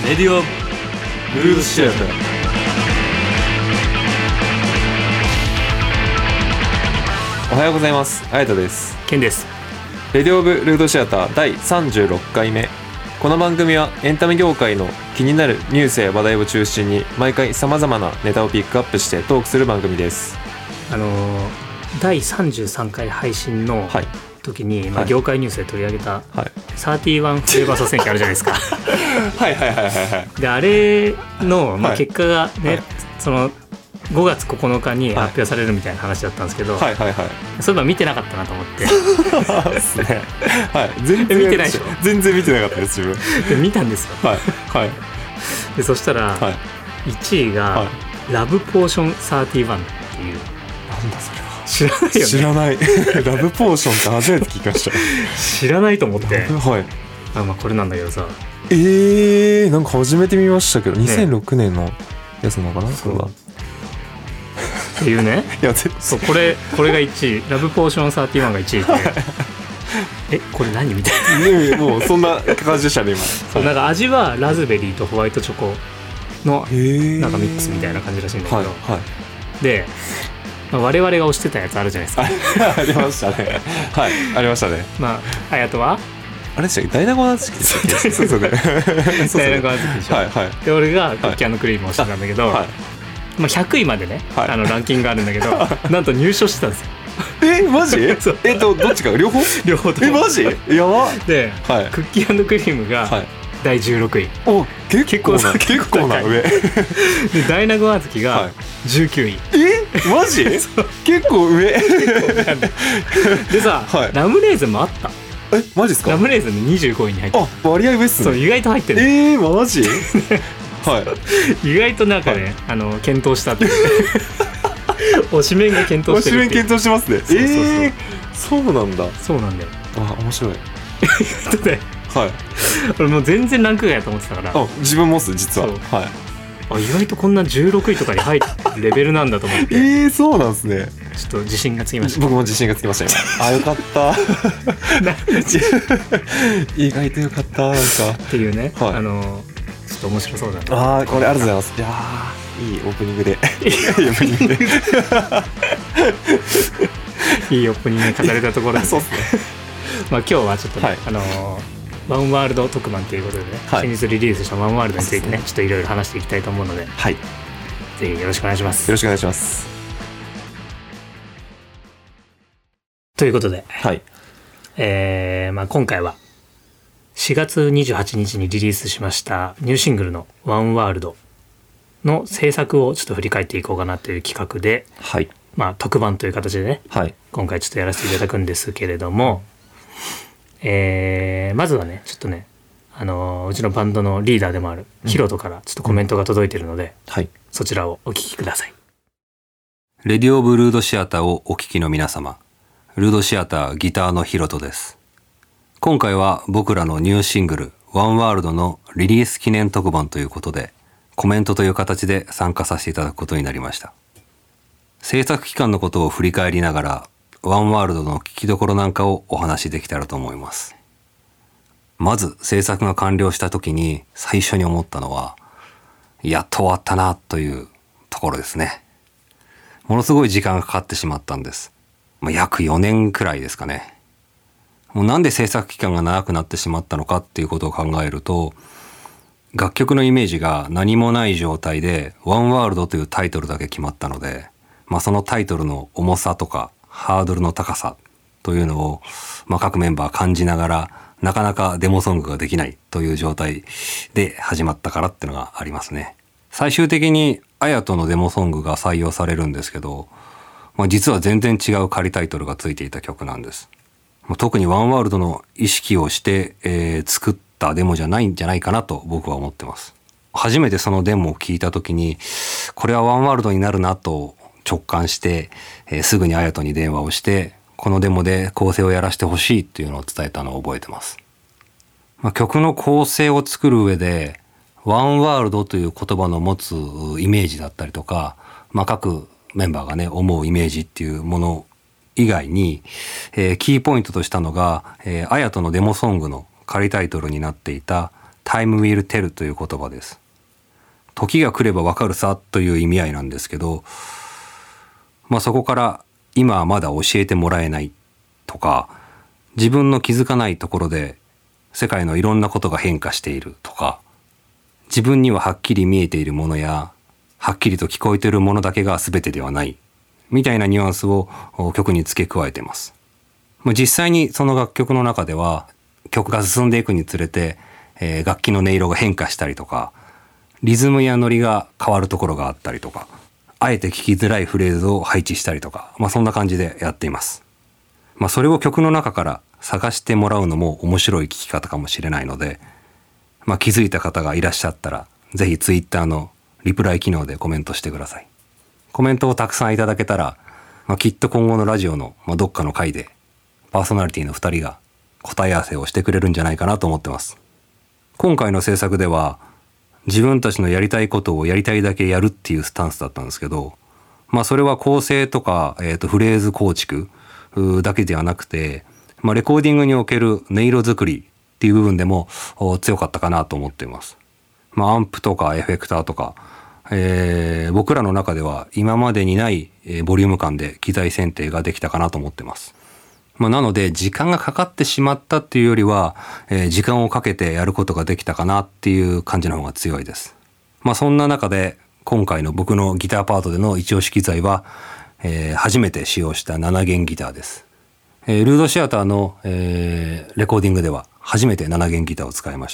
レディオブルードシアター。おはようございます。あやとです。 ケンです。 レディオブルードシアター第36回目。この番組はエンタメ業界の気になるニュースや話題を中心に毎回さまざまなネタをピックアップしてトークする番組です。 第33回配信の時に、業界ニュースで取り上げた、31フレーバー総選挙あるじゃないですか。であれの、結果がね、その5月9日に発表されるみたいな話だったんですけど、そういえば見てなかったなと思って。 ですね。全然見てないでしょ。 全然見てなかったです自分。 で見たんですよ。でそしたら、1位が、ラブポーション31っていう。なんだそれは。知らないよね。 知らない。ラブポーションって初めて聞きました。 知らないと思って。これなんだけどさ。 なんか初めて見ましたけど、2006年のやつなのかな、それは。 っていうね。そうこれが1位。ラブポーション31が1位で。これ何みたいな。 もうそんな感じでしたね今。 そうなんか味はラズベリーとホワイトチョコのなんかミックスみたいな感じらしいんだけど。で。我々が推してたやつあるじゃないですか。 ありましたね。ありましたね。 あやとはあれでしたっけ、ダイナゴアズキでしたっけ。そうですね。 ダイナゴアズキでしょ。で俺がクッキー&クリームをしてたんだけど、100位までね、ランキングがあるんだけど、なんと入賞してたんですよ。 マジ？どっちか両方とも。マジ？やば。 で、クッキー&クリームが第16位。 お、結構な上。でダイナゴアズキが19位。 マジ？結構上。 でさ、ラムレーズンもあった。 マジですか？ ラムレーズンで25位に入ってる。 割合上っすね。 そう、意外と入ってる。 マジ？ 意外となんかね、検討したって。推しメンが検討してる。 推しメン検討してますね。そうなんだ。 そうなんだよ。 面白い。 俺もう全然ランク外やと思ってたから。 自分もっす実は。 意外とこんな16位とかに入ってるレベルなんだと思って。 そうなんですね。 ちょっと自信がつきました。 僕も自信がつきましたよ。よかった。意外とよかったなんか。 っていうね。ちょっと面白そうだな。これありがとうございます。いやいいオープニングで。 いいオープニング飾れたところで。そうですね。今日はちょっとね、ワンワールド特番ということでね、先日リリースしたワンワールドについてね、ちょっといろいろ話していきたいと思うので、ぜひよろしくお願いします。 よろしくお願いします。 ということで、今回は4月28日にリリースしましたニューシングルのワンワールドの制作をちょっと振り返っていこうかなという企画で、特番という形でね、今回ちょっとやらせていただくんですけれども、まずはね、ちょっとね、うちのバンドのリーダーでもあるヒロトからちょっとコメントが届いているので、そちらをお聞きください。 レディオブルードシアターをお聞きの皆様、ルードシアターギターのヒロトです。今回は僕らのニューシングルワンワールドのリリース記念特番ということで、コメントという形で参加させていただくことになりました。制作期間のことを振り返りながら、ワンワールドの聞きどころなんかをお話しできたらと思います。まず制作が完了した時に最初に思ったのは、やっと終わったなというところですね。ものすごい時間がかかってしまったんです。約4年くらいですかね。もうなんで制作期間が長くなってしまったのかっていうことを考えると、楽曲のイメージが何もない状態でワンワールドというタイトルだけ決まったので、そのタイトルの重さとかハードルの高さというのを、各メンバー感じながら、なかなかデモソングができないという状態で始まったからっていうのがありますね。最終的にアヤトのデモソングが採用されるんですけど、実は全然違う仮タイトルがついていた曲なんです。特にワンワールドの意識をして、作ったデモじゃないんじゃないかなと僕は思ってます。初めてそのデモを聞いた時に、これはワンワールドになるなと直感して、すぐにアヤトに電話をして、このデモで構成をやらせてほしいっていうのを伝えたのを覚えてます。曲の構成を作る上で、ワンワールドという言葉の持つイメージだったりとか、各メンバーがね、思うイメージっていうもの以外に、キーポイントとしたのが、アヤトのデモソングの仮タイトルになっていた Time will tell という言葉です。時が来ればわかるさという意味合いなんですけど、そこから今はまだ教えてもらえないとか、自分の気づかないところで世界のいろんなことが変化しているとか、自分にははっきり見えているものやはっきりと聞こえているものだけが全てではないみたいなニュアンスを曲に付け加えています。実際にその楽曲の中では曲が進んでいくにつれて、楽器の音色が変化したりとか、リズムやノリが変わるところがあったりとか、あえて聞きづらいフレーズを配置したりとか、そんな感じでやっています。それを曲の中から探してもらうのも面白い聞き方かもしれないので、気づいた方がいらっしゃったら、ぜひツイッターのリプライ機能でコメントしてください。コメントをたくさんいただけたら、きっと今後のラジオのどっかの回でパーソナリティの2人が答え合わせをしてくれるんじゃないかなと思ってます。今回の制作では自分たちのやりたいことをやりたいだけやるっていうスタンスだったんですけど、それは構成とか、フレーズ構築だけではなくて、レコーディングにおける音色作りっていう部分でも強かったかなと思っています。アンプとかエフェクターとか、僕らの中では今までにないボリューム感で機材選定ができたかなと思ってます。なので時間がかかってしまったっていうよりは、時間をかけてやることができたかなっていう感じの方が強いです。そんな中で今回の僕のギターパートでの一押し機材は、初めて使用した7弦ギターです。ルードシアターの、レコーディングでは初めて7弦ギターを使いました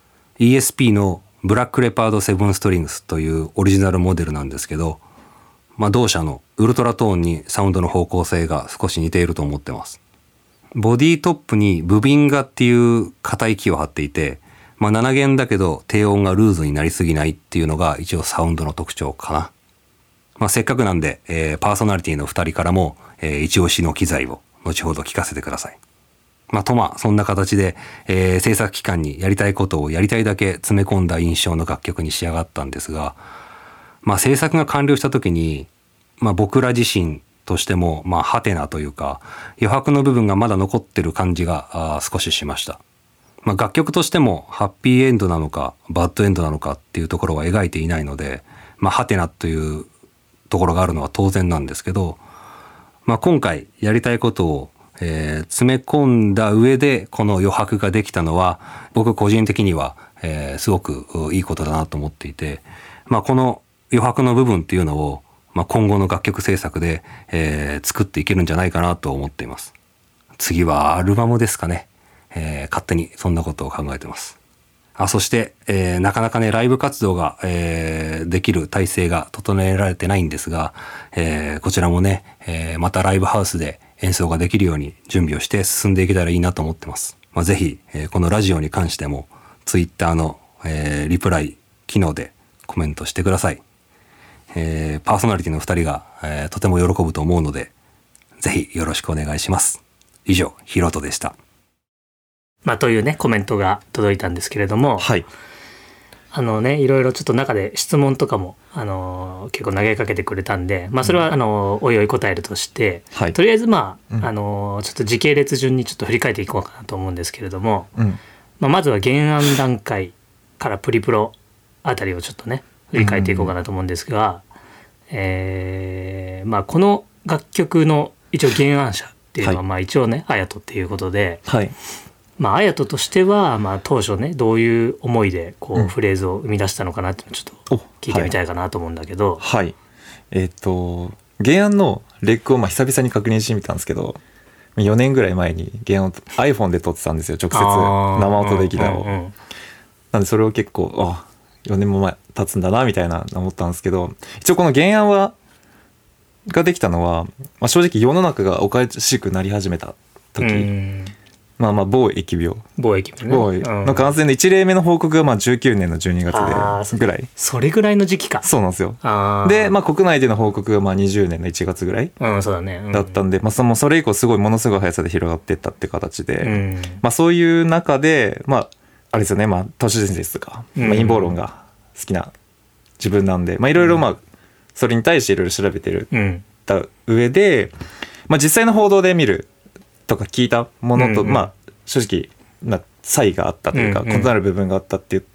。ESP のブラックレパード7ストリングスというオリジナルモデルなんですけど、同社のウルトラトーンにサウンドの方向性が少し似ていると思ってます。ボディトップにブビンガっていう硬い木を貼っていて、7弦だけど低音がルーズになりすぎないっていうのが一応サウンドの特徴かな。せっかくなんで、パーソナリティの2人からも、一押しの機材を後ほど聞かせてください。そんな形で、制作期間にやりたいことをやりたいだけ詰め込んだ印象の楽曲に仕上がったんですが、制作が完了した時に、僕ら自身としてもハテナというか余白の部分がまだ残ってる感じが少ししました。楽曲としてもハッピーエンドなのかバッドエンドなのかっていうところは描いていないので、ハテナというところがあるのは当然なんですけど、今回やりたいことを、詰め込んだ上でこの余白ができたのは僕個人的には、すごくいいことだなと思っていて、この余白の部分っていうのを今後の楽曲制作で、作っていけるんじゃないかなと思っています。次はアルバムですかね。勝手にそんなことを考えてます。そして、なかなかねライブ活動が、できる体制が整えられてないんですが、こちらもね、またライブハウスで演奏ができるように準備をして進んでいけたらいいなと思ってます。ぜひ、このラジオに関してもツイッターの、リプライ機能でコメントしてください。パーソナリティの2人が、とても喜ぶと思うのでぜひよろしくお願いします。以上ヒロトでした。 というねコメントが届いたんですけれども、 はい、 いろいろちょっと中で質問とかも、結構投げかけてくれたんで、それはおいおい答えるとして、はい、とりあえずちょっと時系列順にちょっと振り返っていこうかなと思うんですけれども、まずは原案段階からプリプロあたりをちょっとね振り返っていこうかなと思うんですが、この楽曲の一応原案者っていうのは一応ね、はい、綾人っていうことで、はい、綾人としては当初ねどういう思いでフレーズを生み出したのかなっていうのをちょっと聞いてみたいかなと思うんだけど、 はい、原案のレックを久々に確認してみたんですけど、4年ぐらい前に原案を iPhone で撮ってたんですよ、直接生音でギターを、なんでそれを結構4年も経つんだなみたいな思ったんですけど、一応この原案ができたのは、正直世の中がおかしくなり始めた時、某疫病の感染で1例目の報告が19年の12月でぐらい、 それぐらいの時期か。 そうなんですよ。で、国内での報告が20年の1月ぐらいだったんで、それ以降すごいものすごい速さで広がっていったって形で、そういう中であれですよね、都市伝説とか、陰謀論が好きな自分なんで、いろいろそれに対していろいろ調べてるた上で、実際の報道で見るとか聞いたものと、正直差異があったというか、異なる部分があったって言っ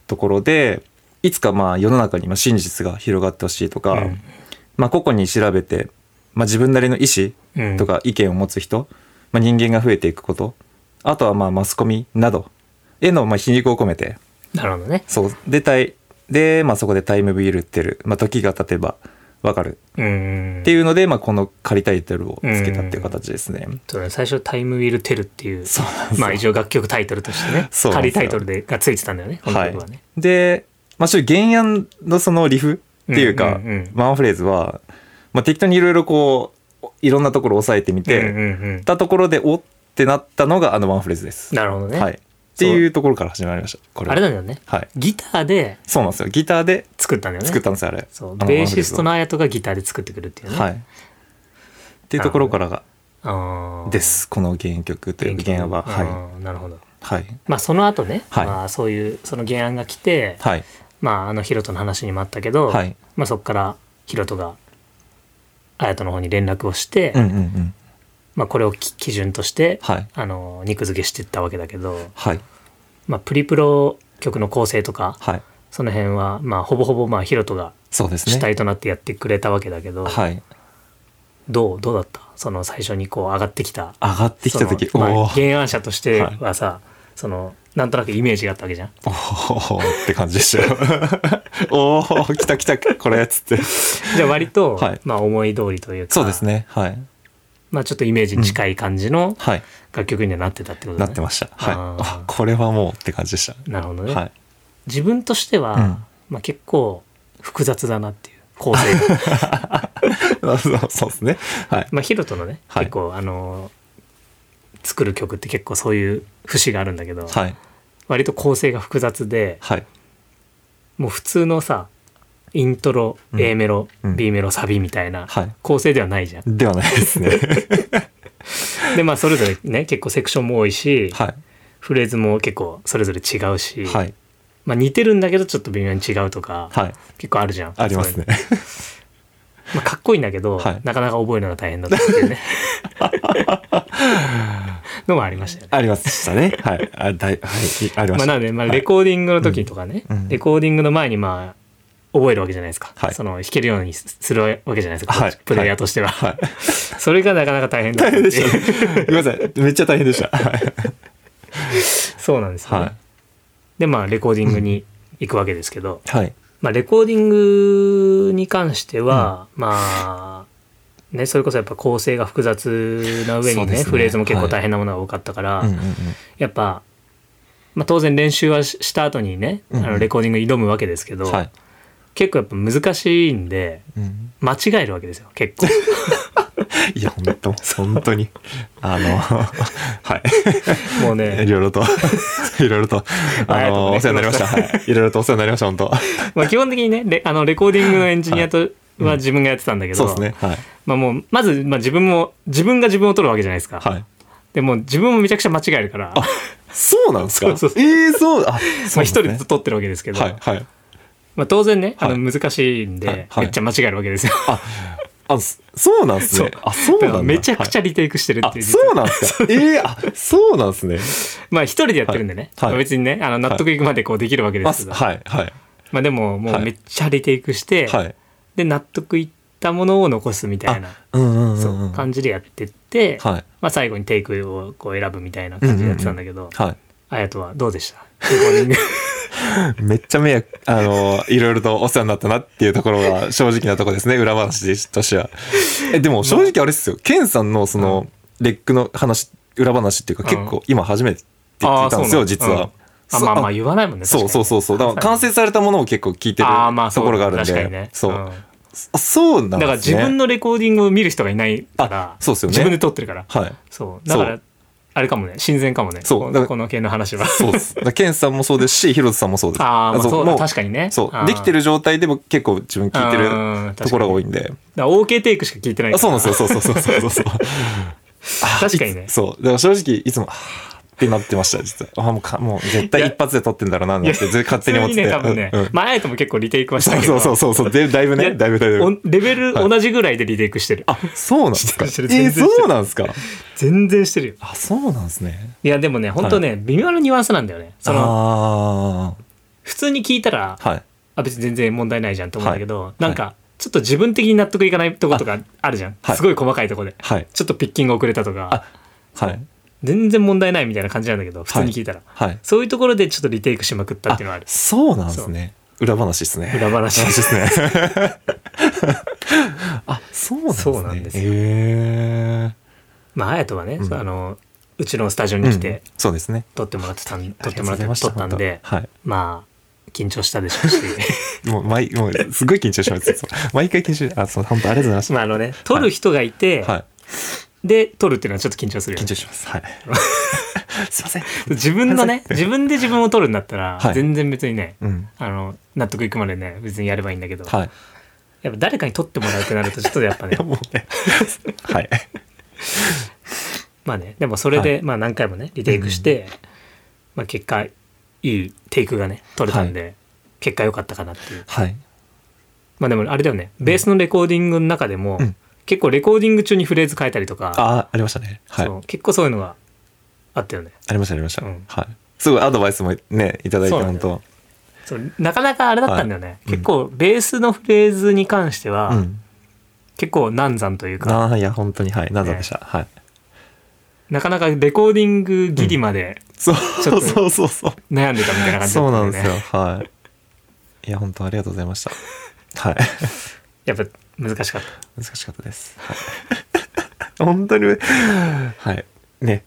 ところでいつかまあ世の中に真実が広がってほしいとか、まあ、個々に調べて、まあ、自分なりの意思とか意見を持つ人、まあ、人間が増えていくこと、あとはまあマスコミなどへのまあ皮肉を込めて、 なるほどね。 そうで、まあ、そこでタイムビルってる、まあ、時が経てばわかるっていうので、まあ、この仮タイトルをつけたっていう形ですね。 そうね、最初タイムウィルテルっていう、まあ一応楽曲タイトルとしてね、仮タイトルがついてたんだよね、この曲はね。 はい、で、まあ、そういう原案のそのリフっていうか、ワンフレーズは、まあ、適当にいろいろこういろんなところを押さえてみて、たところでおってなったのがあのワンフレーズです。 なるほどね。 はい。っていうところから始まりました。これあれなんだよね、 はい、 ギターで、 そうなんですよ、ギターで作ったんだよね。 作ったんですよ、あれ。 そう、ベーシストの綾人がギターで作ってくるっていうね。 はい。っていうところからがです、この原曲という原案は。はい。 なるほど。 はい。 まあその後ね、 はい、 まあそういうその原案が来て、 はい、 まあヒロトの話にもあったけど、 はい、 まあそこからヒロトが綾人の方に連絡をして、まあこれを基準として、はい、肉付けしていったわけだけど。 はい。 まあ、プリプロ曲の構成とか、 はい、 その辺はまあほぼほぼまあヒロトが主体となってやってくれたわけだけど、 はい、 どうだった？その最初にこう上がってきた時、 まあ、原案者としてはさ、はい、そのなんとなくイメージがあったわけじゃん。 おーって感じでしたよ。おー来たこれっつって。 じゃあ割と、 はい、 まあ思い通りというか、 そうですね、はい、 まあちょっとイメージに近い感じの楽曲にはなってたってことだね。 なってました。はい。これはもうって感じでした。 なるほどね。 はい、 自分としては、まあ結構複雑だなっていう構成が。 そうですね。はい。 まあヒロトのね、結構作る曲って結構そういう節があるんだけど、 はい、 割と構成が複雑で、 はい、 もう普通のさイントロ、A メロ、B メロ、サビみたいな構成ではないじゃん。 ではないですね。 でまあそれぞれね結構セクションも多いし、 はい、 フレーズも結構それぞれ違うし、 はい、 まあ似てるんだけどちょっと微妙に違うとか、 はい、 結構あるじゃん。 ありますね。 まあかっこいいんだけど、はい、なかなか覚えるのが大変だったっていうねのもありましたよね。 ありましたね。はい。ありました。 まあなので、まあ、レコーディングの時とかね、レコーディングの前にまあ覚えるわけじゃないですか、はい、その弾けるようにするわけじゃないですか、はい、プレイヤーとしては、はい、それがなかなか大変だった。 大変でした。ごめんなさい、めっちゃ大変でした。 そうなんですね。はい、でまあレコーディングに行くわけですけど、 はい、 まあ、レコーディングに関しては、まあね、それこそやっぱ構成が複雑な上に ねフレーズも結構大変なものが多かったから、やっぱ、まあ、当然練習はした後にね、レコーディング挑むわけですけど、はい、結構やっぱ難しいんで、間違えるわけですよ結構。 いや本当にはいもうねいろいろとお世話になりました。はい、いろいろとお世話になりました本当。 まあ基本的にねレコーディングのエンジニアとは自分がやってたんだけど、 そうですね。はい。 まあもうまず自分が自分を撮るわけじゃないですか。はい。でも自分もめちゃくちゃ間違えるから。 あ、そうなんですか。そう。まあ一人で撮ってるわけですけど。 はいはい。 まあ当然ね難しいんでめっちゃ間違えるわけですよ。 そうなんですね。そうなんだ。 めちゃくちゃリテイクしてるっていう。 そうなんですか。そうなんですね。 まあ一人でやってるんでね。別にね納得いくまでこうできるわけですけど。 はいはい。 まあでももうめっちゃリテイクして、で納得いったものを残すみたいな感じでやってって、まあ最後にテイクをこう選ぶみたいな感じでやってたんだけど、綾人はどうでした？レコーディング。 めっちゃいろいろとお世話になったなっていうところが正直なところですね。裏話としては。でも正直あれですよ、ケンさんのそのレックの話、裏話っていうか結構今初めてって言ってたんですよ、実は。 まあ言わないもんね。 そう。だから完成されたものを結構聞いてるところがあるんで。そう。そうなんですね。 だから自分のレコーディングを見る人がいないから、 そうですよね。 自分で撮ってるから。 はい。 そう。だからあれかもね、親善かもね。そう。この系の話は。 そうです。ケンさんもそうですし、ヒロトさんもそうです。 そう確かにね。 そう。できてる状態でも結構自分聞いてるところが多いんで。 OK テイクしか聞いてないから。 そうなんですよ。そう。 確かにね。 そう。だから正直いつもってなってました実は。もう絶対一発で撮ってんだろうなって勝手に思ってて。 多分ね。前綾人も結構リテイクはしたけど。 そう。だいぶね。 レベル同じぐらいでリテイクしてる。 そうなんですか。そうなんですか。 全然してるよ。 そうなんですね。 いやでもね本当ね微妙なニュアンスなんだよね。普普通に聞いたら、 はい、 別に全然問題ないじゃんと思うんだけど、なんかちょっと自分的に納得いかないとことかあるじゃん、すごい細かいとこで、ちょっとピッキング遅れたとか、全然問題ないみたいな感じなんだけど、普通に聞いたら、そういうところでちょっとリテイクしまくったっていうのはある。 そうなんですね。裏話ですね。 裏話ですね。 そうなんですね。 まあ隼人はね、うちのスタジオに来て、 そうですね。 撮ってもらったんで、まあ緊張したでしょうし、 もうすごい緊張します。毎回緊張。本当ありがとうございました。 まあ撮る人がいて、で撮るっていうのはちょっと緊張するよね。 緊張します。はい。すいません。 自分のね、自分で自分を撮るんだったら、全然別にね、納得いくまでね、別にやればいいんだけど、やっぱ誰かに撮ってもらうってなるとちょっとやっぱね、 はい。 まあね、でもそれでまあ何回もねリテイクして、まあ結果いいテイクがね取れたんで、結果良かったかなっていう。まあでもあれだよね、ベースのレコーディングの中でも、結構レコーディング中にフレーズ変えたりとか、 ありましたね。 結構そういうのがあったよね。 ありました。すごいアドバイスもねいただいて、本当なかなかあれだったんだよね。結構ベースのフレーズに関しては、結構難産というか、 いや本当に難産でした。 なかなかレコーディングギリまでちょっと悩んでたみたいな感じだったんでね。 そうなんですよ。いや本当ありがとうございました。 やっぱ難しかった。 です。本当にね。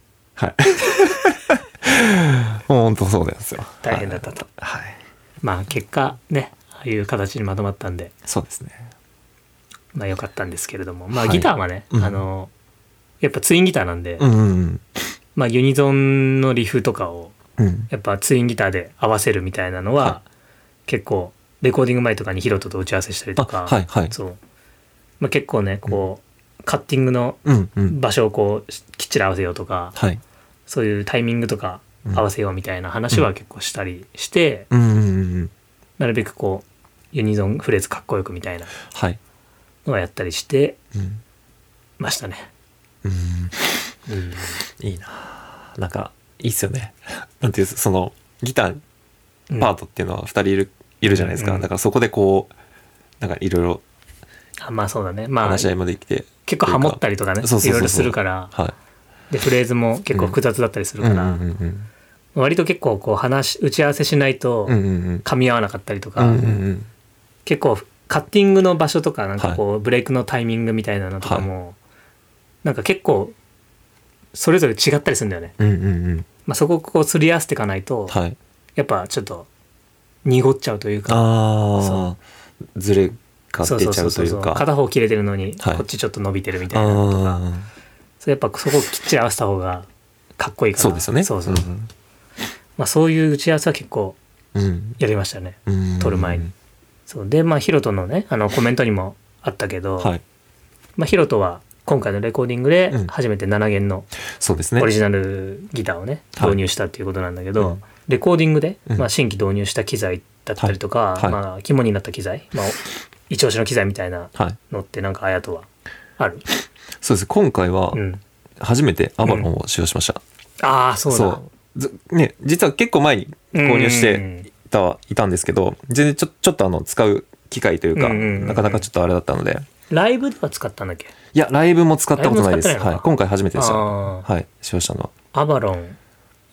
もう本当そうなんですよ。 大変だったと。まあ結果ね、ああいう形にまとまったんで、 そうですね。 まあ良かったんですけれども、まあギターはね、やっぱツインギターなんで、まあユニゾンのリフとかをやっぱツインギターで合わせるみたいなのは、結構レコーディング前とかにヒロトと打ち合わせしたりとか、まあ結構ねこうカッティングの場所をこうきっちり合わせようとか、そういうタイミングとか合わせようみたいな話は結構したりして、なるべくこうユニゾンフレーズかっこよくみたいなのはやったりしてましたね。 いいな。なんかいいっすよね。なんていうそのギターパートっていうのは2人いるじゃないですか。だからそこでこうなんかいろいろまあそうだね。まあ話し合いもできて結構ハモったりとかね、いろいろするから、でフレーズも結構複雑だったりするから、割と結構こう打ち合わせしないと噛み合わなかったりとか、結構カッティングの場所とかなんかこうブレイクのタイミングみたいなのとかもなんか結構それぞれ違ったりするんだよね。まあそこをこうすり合わせていかないと、やっぱちょっと濁っちゃうというか、 ずれが出ちゃうというか、 片方切れてるのにこっちちょっと伸びてるみたいなのとか、やっぱそこをきっちり合わせた方がかっこいいから。 そうですよね。 まあそういう打ち合わせは結構やりましたね、撮る前に。でまあヒロトのねコメントにもあったけど、まあヒロトは今回のレコーディングで初めて7弦のオリジナルギターをね導入したっていうことなんだけど、レコーディングでまあ新規導入した機材だったりとか、まあ肝になった機材、まあ一押しの機材みたいなのってなんか綾人はある？ そうです。今回は初めてアバロンを使用しました。 そうだ。 ね、実は結構前に購入していたんですけど、全然ちょっと使う機会というか、なかなかちょっとあれだったので。 ライブでは使ったんだっけ？ いやライブも使ったことないです。今回初めてでした。使用したのはアバロン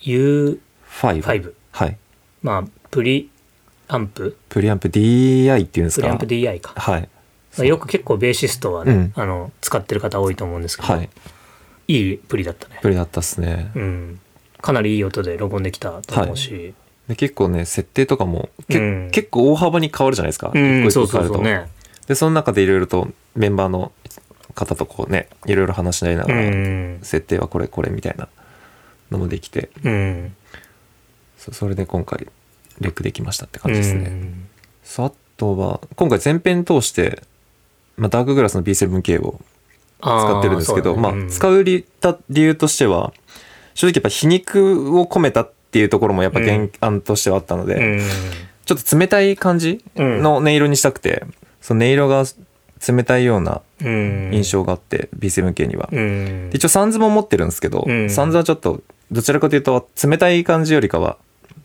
U5。まあプリアンプ DI っていうんですか。 プリアンプ DI か。よく結構ベーシストはね、使ってる方多いと思うんですけど、いいプリだったね。 プリだったっすね。 かなりいい音で録音できたと思うし、 で結構ね設定とかも結構大幅に変わるじゃないですか。一個一個変わると。でその中でいろいろとメンバーの方とこうねいろいろ話し合いながら、設定はこれみたいなのもできて、それで今回レックできましたって感じですね。あとは今回全編通して、ダークグラスの B7K を使ってるんですけど、使う理由としては正直やっぱ皮肉を込めたっていうところもやっぱ原案としてはあったので、ちょっと冷たい感じの音色にしたくて、その音色が冷たいような印象があって、B7K には。一応サンズも持ってるんですけど、サンズはちょっとどちらかというと冷たい感じよりかは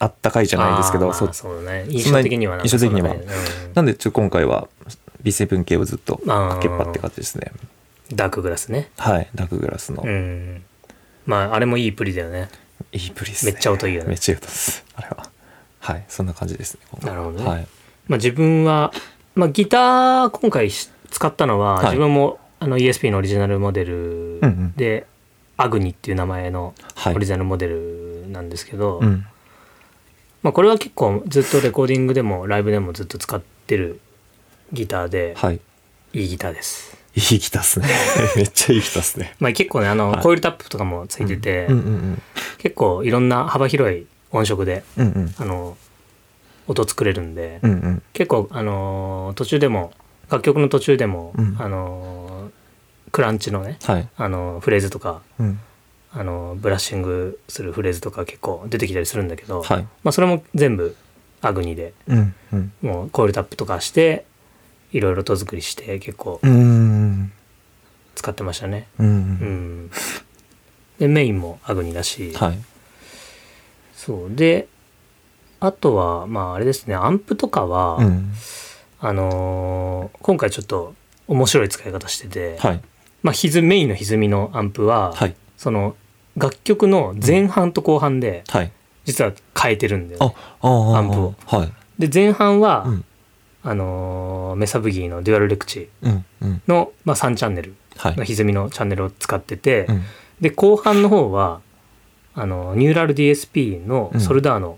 あったかいじゃないですけど、 まあそうね、印象的には印象的には、なんで今回は B7 系をずっとかけっぱって感じですね。 ダークグラスね。 はい、ダークグラスの、 まああれもいいプリだよね。 いいプリですね。 めっちゃ音いいよね。 めっちゃいい音です、あれは。はい、そんな感じですね。 なるほどね。 はい、 まあ自分は、まあ、ギター今回使ったのは、自分もESP のオリジナルモデルで、アグニっていう名前のオリジナルモデルなんですけど、まあこれは結構ずっとレコーディングでもライブでもずっと使ってるギターで、いいギターです。 いいギターですね。めっちゃいいギターですね。 まあ結構ねコイルタップとかもついてて、結構いろんな幅広い音色で、音作れるんで、結構途中でも楽曲の途中でも、クランチのね、フレーズとか、ブラッシングするフレーズとか結構出てきたりするんだけど、まあそれも全部アグニで、もうコイルタップとかしていろいろ音作りして結構使ってましたね。でメインもアグニだし、そうであとはまああれですね、アンプとかは、今回ちょっと面白い使い方してて、まあメインの歪みのアンプは、その楽曲の前半と後半で実は変えてるんだよね、アンプを。で前半は、メサブギーのデュアルレクチの、まあ、3チャンネルの歪みのチャンネルを使ってて、で後半の方はニューラル DSP のソルダーの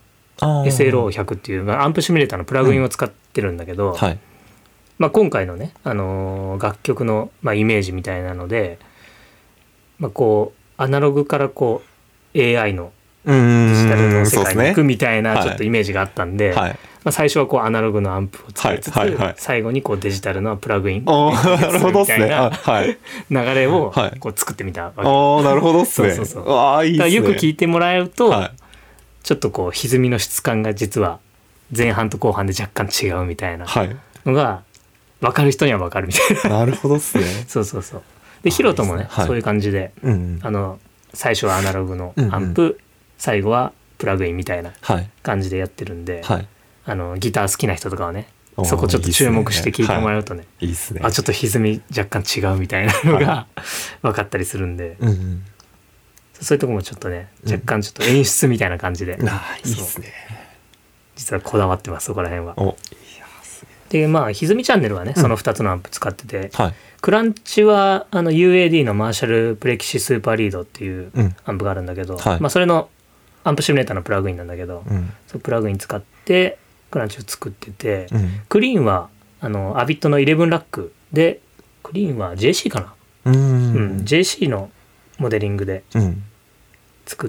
SLO100 っていう、まあ、アンプシミュレーターのプラグインを使ってるんだけど、まあ、今回のね、楽曲の、まあ、イメージみたいなので、まあ、こうアナログからこう AI のデジタルの世界に行くみたいなちょっとイメージがあったんで、まあ、最初はこうアナログのアンプを使いつつ、最後にこうデジタルのプラグインみたいな流れをこう作ってみたわけ。 なるほどっすね。 そうそうそう。だからよく聞いてもらえると、ちょっとこう歪みの質感が実は前半と後半で若干違うみたいなのが分かる人には分かるみたいな。 なるほどっすね。 そうそうそう。でヒロトもね、そういう感じで、最初はアナログのアンプ、最後はプラグインみたいな感じでやってるんで、ギター好きな人とかはね、そこちょっと注目して聞いてもらうとね、 いいっすね。 あちょっと歪み若干違うみたいなのが分かったりするんで、そういうとこもちょっとね、若干ちょっと演出みたいな感じで、 いいっすね。 実はこだわってます、そこら辺は。でまあ歪みチャンネルはね、その2つのアンプ使ってて、クランチはUAD のマーシャルプレキシスーパーリードっていうアンプがあるんだけど、まあ、それのアンプシミュレーターのプラグインなんだけど、そのプラグイン使ってクランチを作ってて、クリーンはアビットの11ラックで、クリーンは JC かな、JC のモデリングで作って、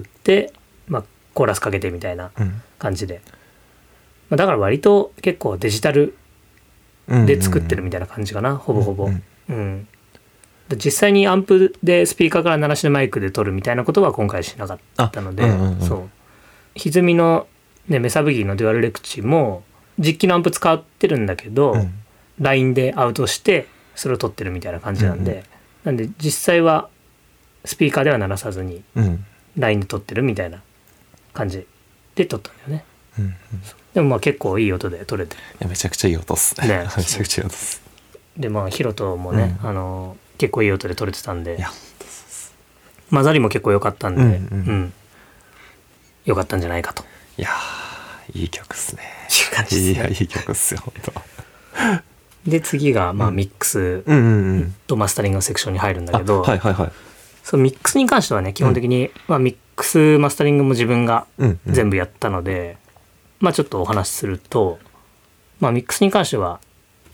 まあ、コーラスかけてみたいな感じで、まあ、だから割と結構デジタルで作ってるみたいな感じかな、ほぼほぼ。実際にアンプでスピーカーから鳴らしのマイクで撮るみたいなことは今回しなかったので、そう歪みの、ね、メサブギーのデュアルレクチも実機のアンプ使ってるんだけど、ラインでアウトしてそれを撮ってるみたいな感じなんで、なんで実際はスピーカーでは鳴らさずにラインで撮ってるみたいな感じで撮ったんだよね。でもまあ結構いい音で撮れて、いやめちゃくちゃいい音っすね。めちゃくちゃいい音っす。 でまあヒロトもね、結構いい音で撮れてたんで、混ざりも結構良かったんで、良かったんじゃないかと。 いやいい曲っすね。 いう感じですね。 いい曲っすよ本当。で次がまあミックスとマスタリングのセクションに入るんだけど、そのミックスに関してはね基本的に、まあ、ミックスマスタリングも自分が全部やったので、まあちょっとお話しすると、まあ、ミックスに関しては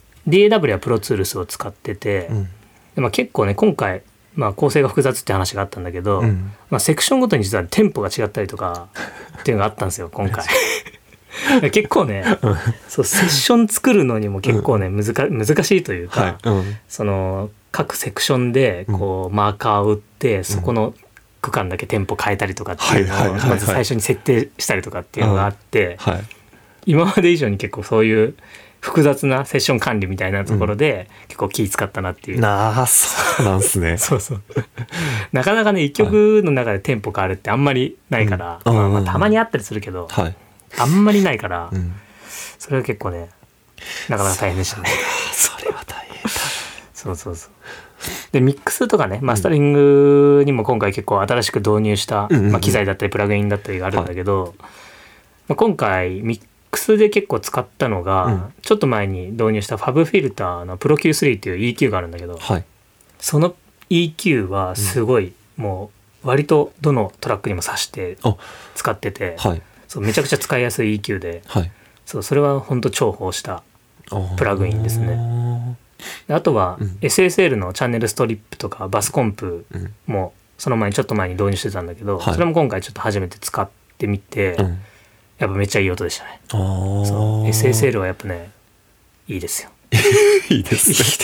DAW やプロツールスを使ってて、でまあ、結構ね今回、まあ、構成が複雑って話があったんだけど、まあ、セクションごとに実はテンポが違ったりとかっていうのがあったんですよ今回。結構ね、そうセッション作るのにも結構ね、難しいというか、その各セクションでこうマーカーを打ってそこの区間だけテンポ変えたりとかっていうのをまず最初に設定したりとかっていうのがあって、今まで以上に結構そういう複雑なセッション管理みたいなところで結構気使ったなっていう。 そうなんすね。 そうなかなかね一曲の中でテンポ変わるってあんまりないから、まあたまにあったりするけど、 あんまりないから、それは結構ねなかなか大変でしたね。 それは大変だ。 そうでミックスとかねマスタリングにも今回結構新しく導入した、機材だったりプラグインだったりがあるんだけど、今回ミックスで結構使ったのが、ちょっと前に導入したファブフィルターのプロ Q3 っていう EQ があるんだけど、その EQ はすごい、もう割とどのトラックにも挿して使ってて、そうめちゃくちゃ使いやすい EQ で、それは本当重宝したプラグインですね。あとは SSL のチャンネルストリップとかバスコンプもその前にちょっと前に導入してたんだけど、それも今回ちょっと初めて使ってみて、やっぱめっちゃいい音でしたね。そう SSL はやっぱねいいですよ。 いいですね。 いいです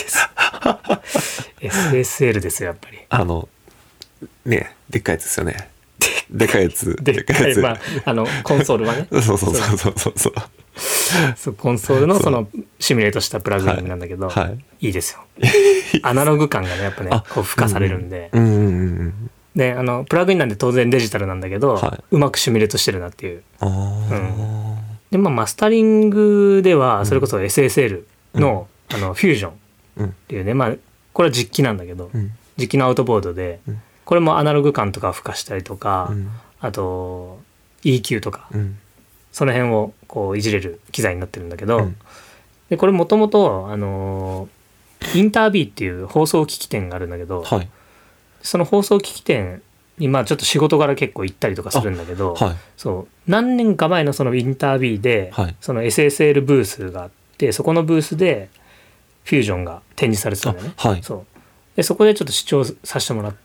。SSL ですよやっぱり。 ねでっかいやつですよね。でかいやつ。 でかいやつ。コンソールはね。 そう。 そうコンソールのそのシミュレートしたプラグインなんだけど、いいですよ。アナログ感がねやっぱねこう付加されるんで。でプラグインなんで当然デジタルなんだけど、うまくシミュレートしてるなっていう。でマスタリングではそれこそ SSL の、フュージョンっていうね、これは実機なんだけど、実機のアウトボードで、これもアナログ感とか付加したりとか、あと EQ とか、その辺をこういじれる機材になってるんだけど、でこれもともとインタービーっていう放送機器店があるんだけど、その放送機器店にちょっと仕事柄結構行ったりとかするんだけど、そう何年か前のそのインタービーで、その SSL ブースがあってそこのブースでフュージョンが展示されてたんだよね。そこでちょっと視聴させてもらって、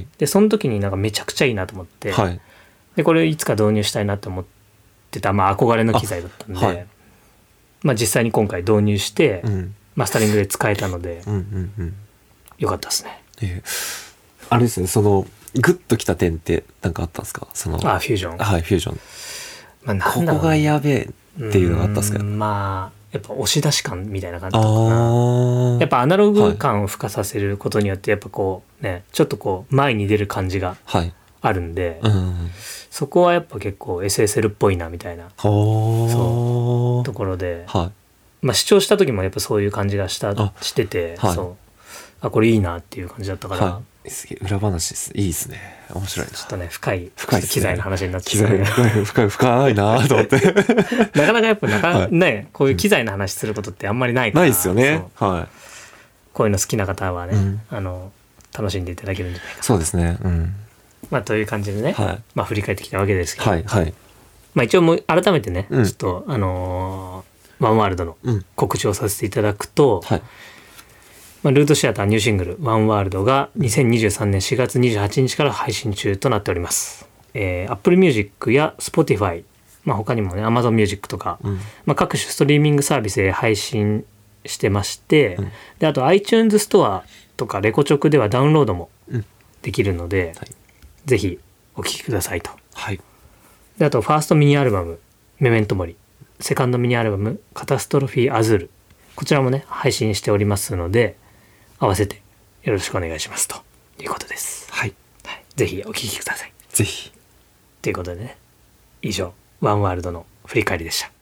でその時になんかめちゃくちゃいいなと思って、でこれいつか導入したいなと思ってた、憧れの機材だったんで、実際に今回導入して、マスタリングで使えたので、よかったですね。 あれですね、そのグッときた点って何かあったんですか？そのフュージョン。 フュージョン。 なんだろう、 ここがやべえっていうのがあったんですか？ やっぱ押し出し感みたいな感じだったかな。やっぱアナログ感を付加させることによってやっぱこうねちょっとこう前に出る感じがあるんで、そこはやっぱ結構 SSL っぽいなみたいなそうところで、視聴した時もやっぱそういう感じがしてて、そうこれいいなっていう感じだったから、 すげえ裏話です。いいですね。面白いな。 ちょっとね深い機材の話になっちゃう、ね、深いなと思ってなかなかやっぱねこういう機材の話することってあんまりないから、 ないですよね。 こういうの好きな方はね、楽しんでいただけるんじゃないかな。 そうですね。 という感じでね、振り返ってきたわけですけど、一応もう改めてね、ちょっとワンワールドの告知をさせていただくと、ルートシアターニューシングルワンワールドが2023年4月28日から配信中となっております。Apple Music や Spotify、他にもね Amazon Music とか、各種ストリーミングサービスで配信してまして、であと iTunes ストアとかレコチョクではダウンロードもできるので、ぜひお聴きくださいと。であとファーストミニアルバムメメントモリ、セカンドミニアルバムカタストロフィーアズール、こちらもね配信しておりますので合わせてよろしくお願いしますということです。ぜひお聞きください。 ぜひ。 ということでね、以上ワンワールドの振り返りでした。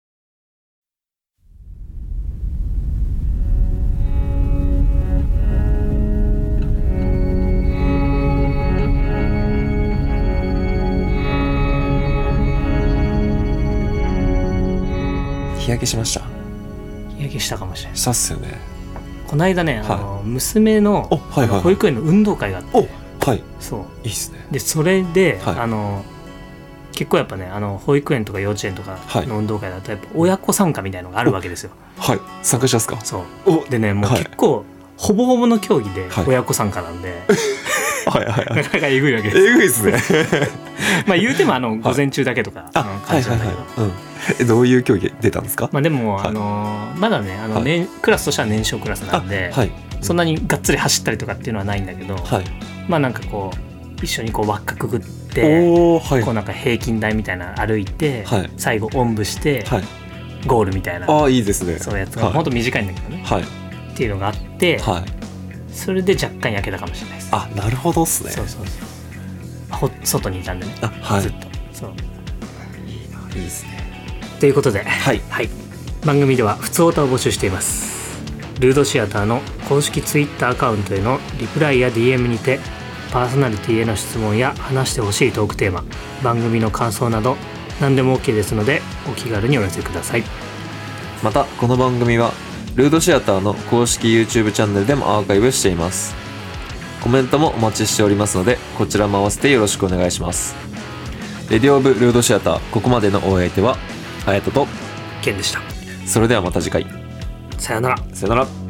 日焼けしました？ 日焼けしたかもしれない。 したっすよね。 この間ね、娘の保育園の運動会があって、そういいっすね。 でそれで、結構やっぱね保育園とか幼稚園とかの運動会だとやっぱ親子参加みたいのがあるわけですよ。 参加しますか？ そうでねもう結構、ほぼほぼの競技で親子参加なんで、なかなかえぐいわけです。 えぐいですね。 言うても午前中だけとか感じなんだけど。 どういう競技出たんですか？ でもまだねクラスとしては年少クラスなんで、そんなにがっつり走ったりとかっていうのはないんだけど、なんかこう一緒にこう輪っかくぐって、こうなんか平均台みたいな歩いて、最後おんぶして、ゴールみたいな、 いいですね。 そういうやつが本当短いんだけどね、っていうのがあって、それで若干焼けたかもしれないです。 なるほどっすね。 そう外にいたんでね、ずっと。そういいですね。 ということで、 はい、 はい、番組では普通オタを募集しています。ルードシアターの公式ツイッターアカウントへのリプライや DM にてパーソナリティへの質問や話してほしいトークテーマ、番組の感想など何でも OK ですのでお気軽にお寄せください。 またこの番組はルードシアターの公式 YouTube チャンネルでもアーカイブしています。コメントもお待ちしておりますのでこちらも合わせてよろしくお願いします。レディオオブルードシアター、ここまでのお相手はあやととケンでした。 それではまた次回。 さよなら。 さよなら。